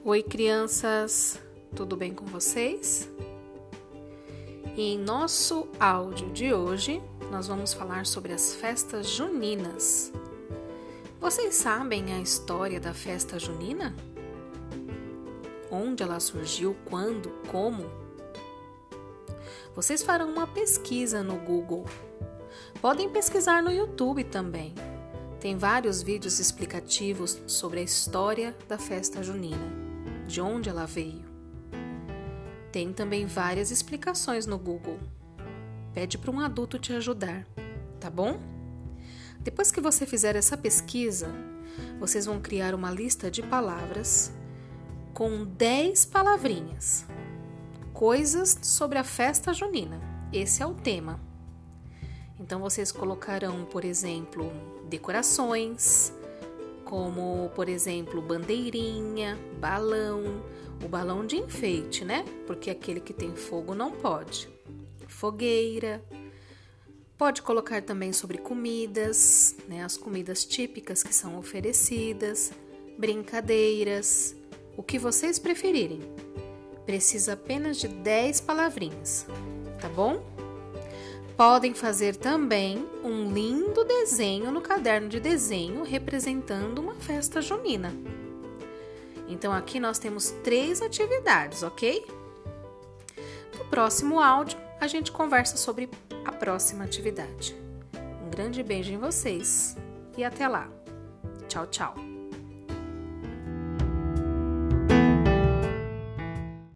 Oi, crianças, tudo bem com vocês? E em nosso áudio de hoje, nós vamos falar sobre as festas juninas. Vocês sabem a história da festa junina? Onde ela surgiu, quando, como? Vocês farão uma pesquisa no Google. Podem pesquisar no YouTube também. Tem vários vídeos explicativos sobre a história da festa junina, de onde ela veio. Tem também várias explicações no Google. Pede para um adulto te ajudar, tá bom? Depois que você fizer essa pesquisa, vocês vão criar uma lista de palavras com 10 palavrinhas. Coisas sobre a festa junina. Esse é o tema. Então, vocês colocarão, por exemplo, decorações, como, por exemplo, bandeirinha, balão, o balão de enfeite, né? Porque aquele que tem fogo não pode. Fogueira. Pode colocar também sobre comidas, né? As comidas típicas que são oferecidas, brincadeiras, o que vocês preferirem. Precisa apenas de 10 palavrinhas, tá bom? Podem fazer também um lindo desenho no caderno de desenho representando uma festa junina. Então, aqui nós temos 3 atividades, ok? No próximo áudio, a gente conversa sobre a próxima atividade. Um grande beijo em vocês e até lá. Tchau, tchau!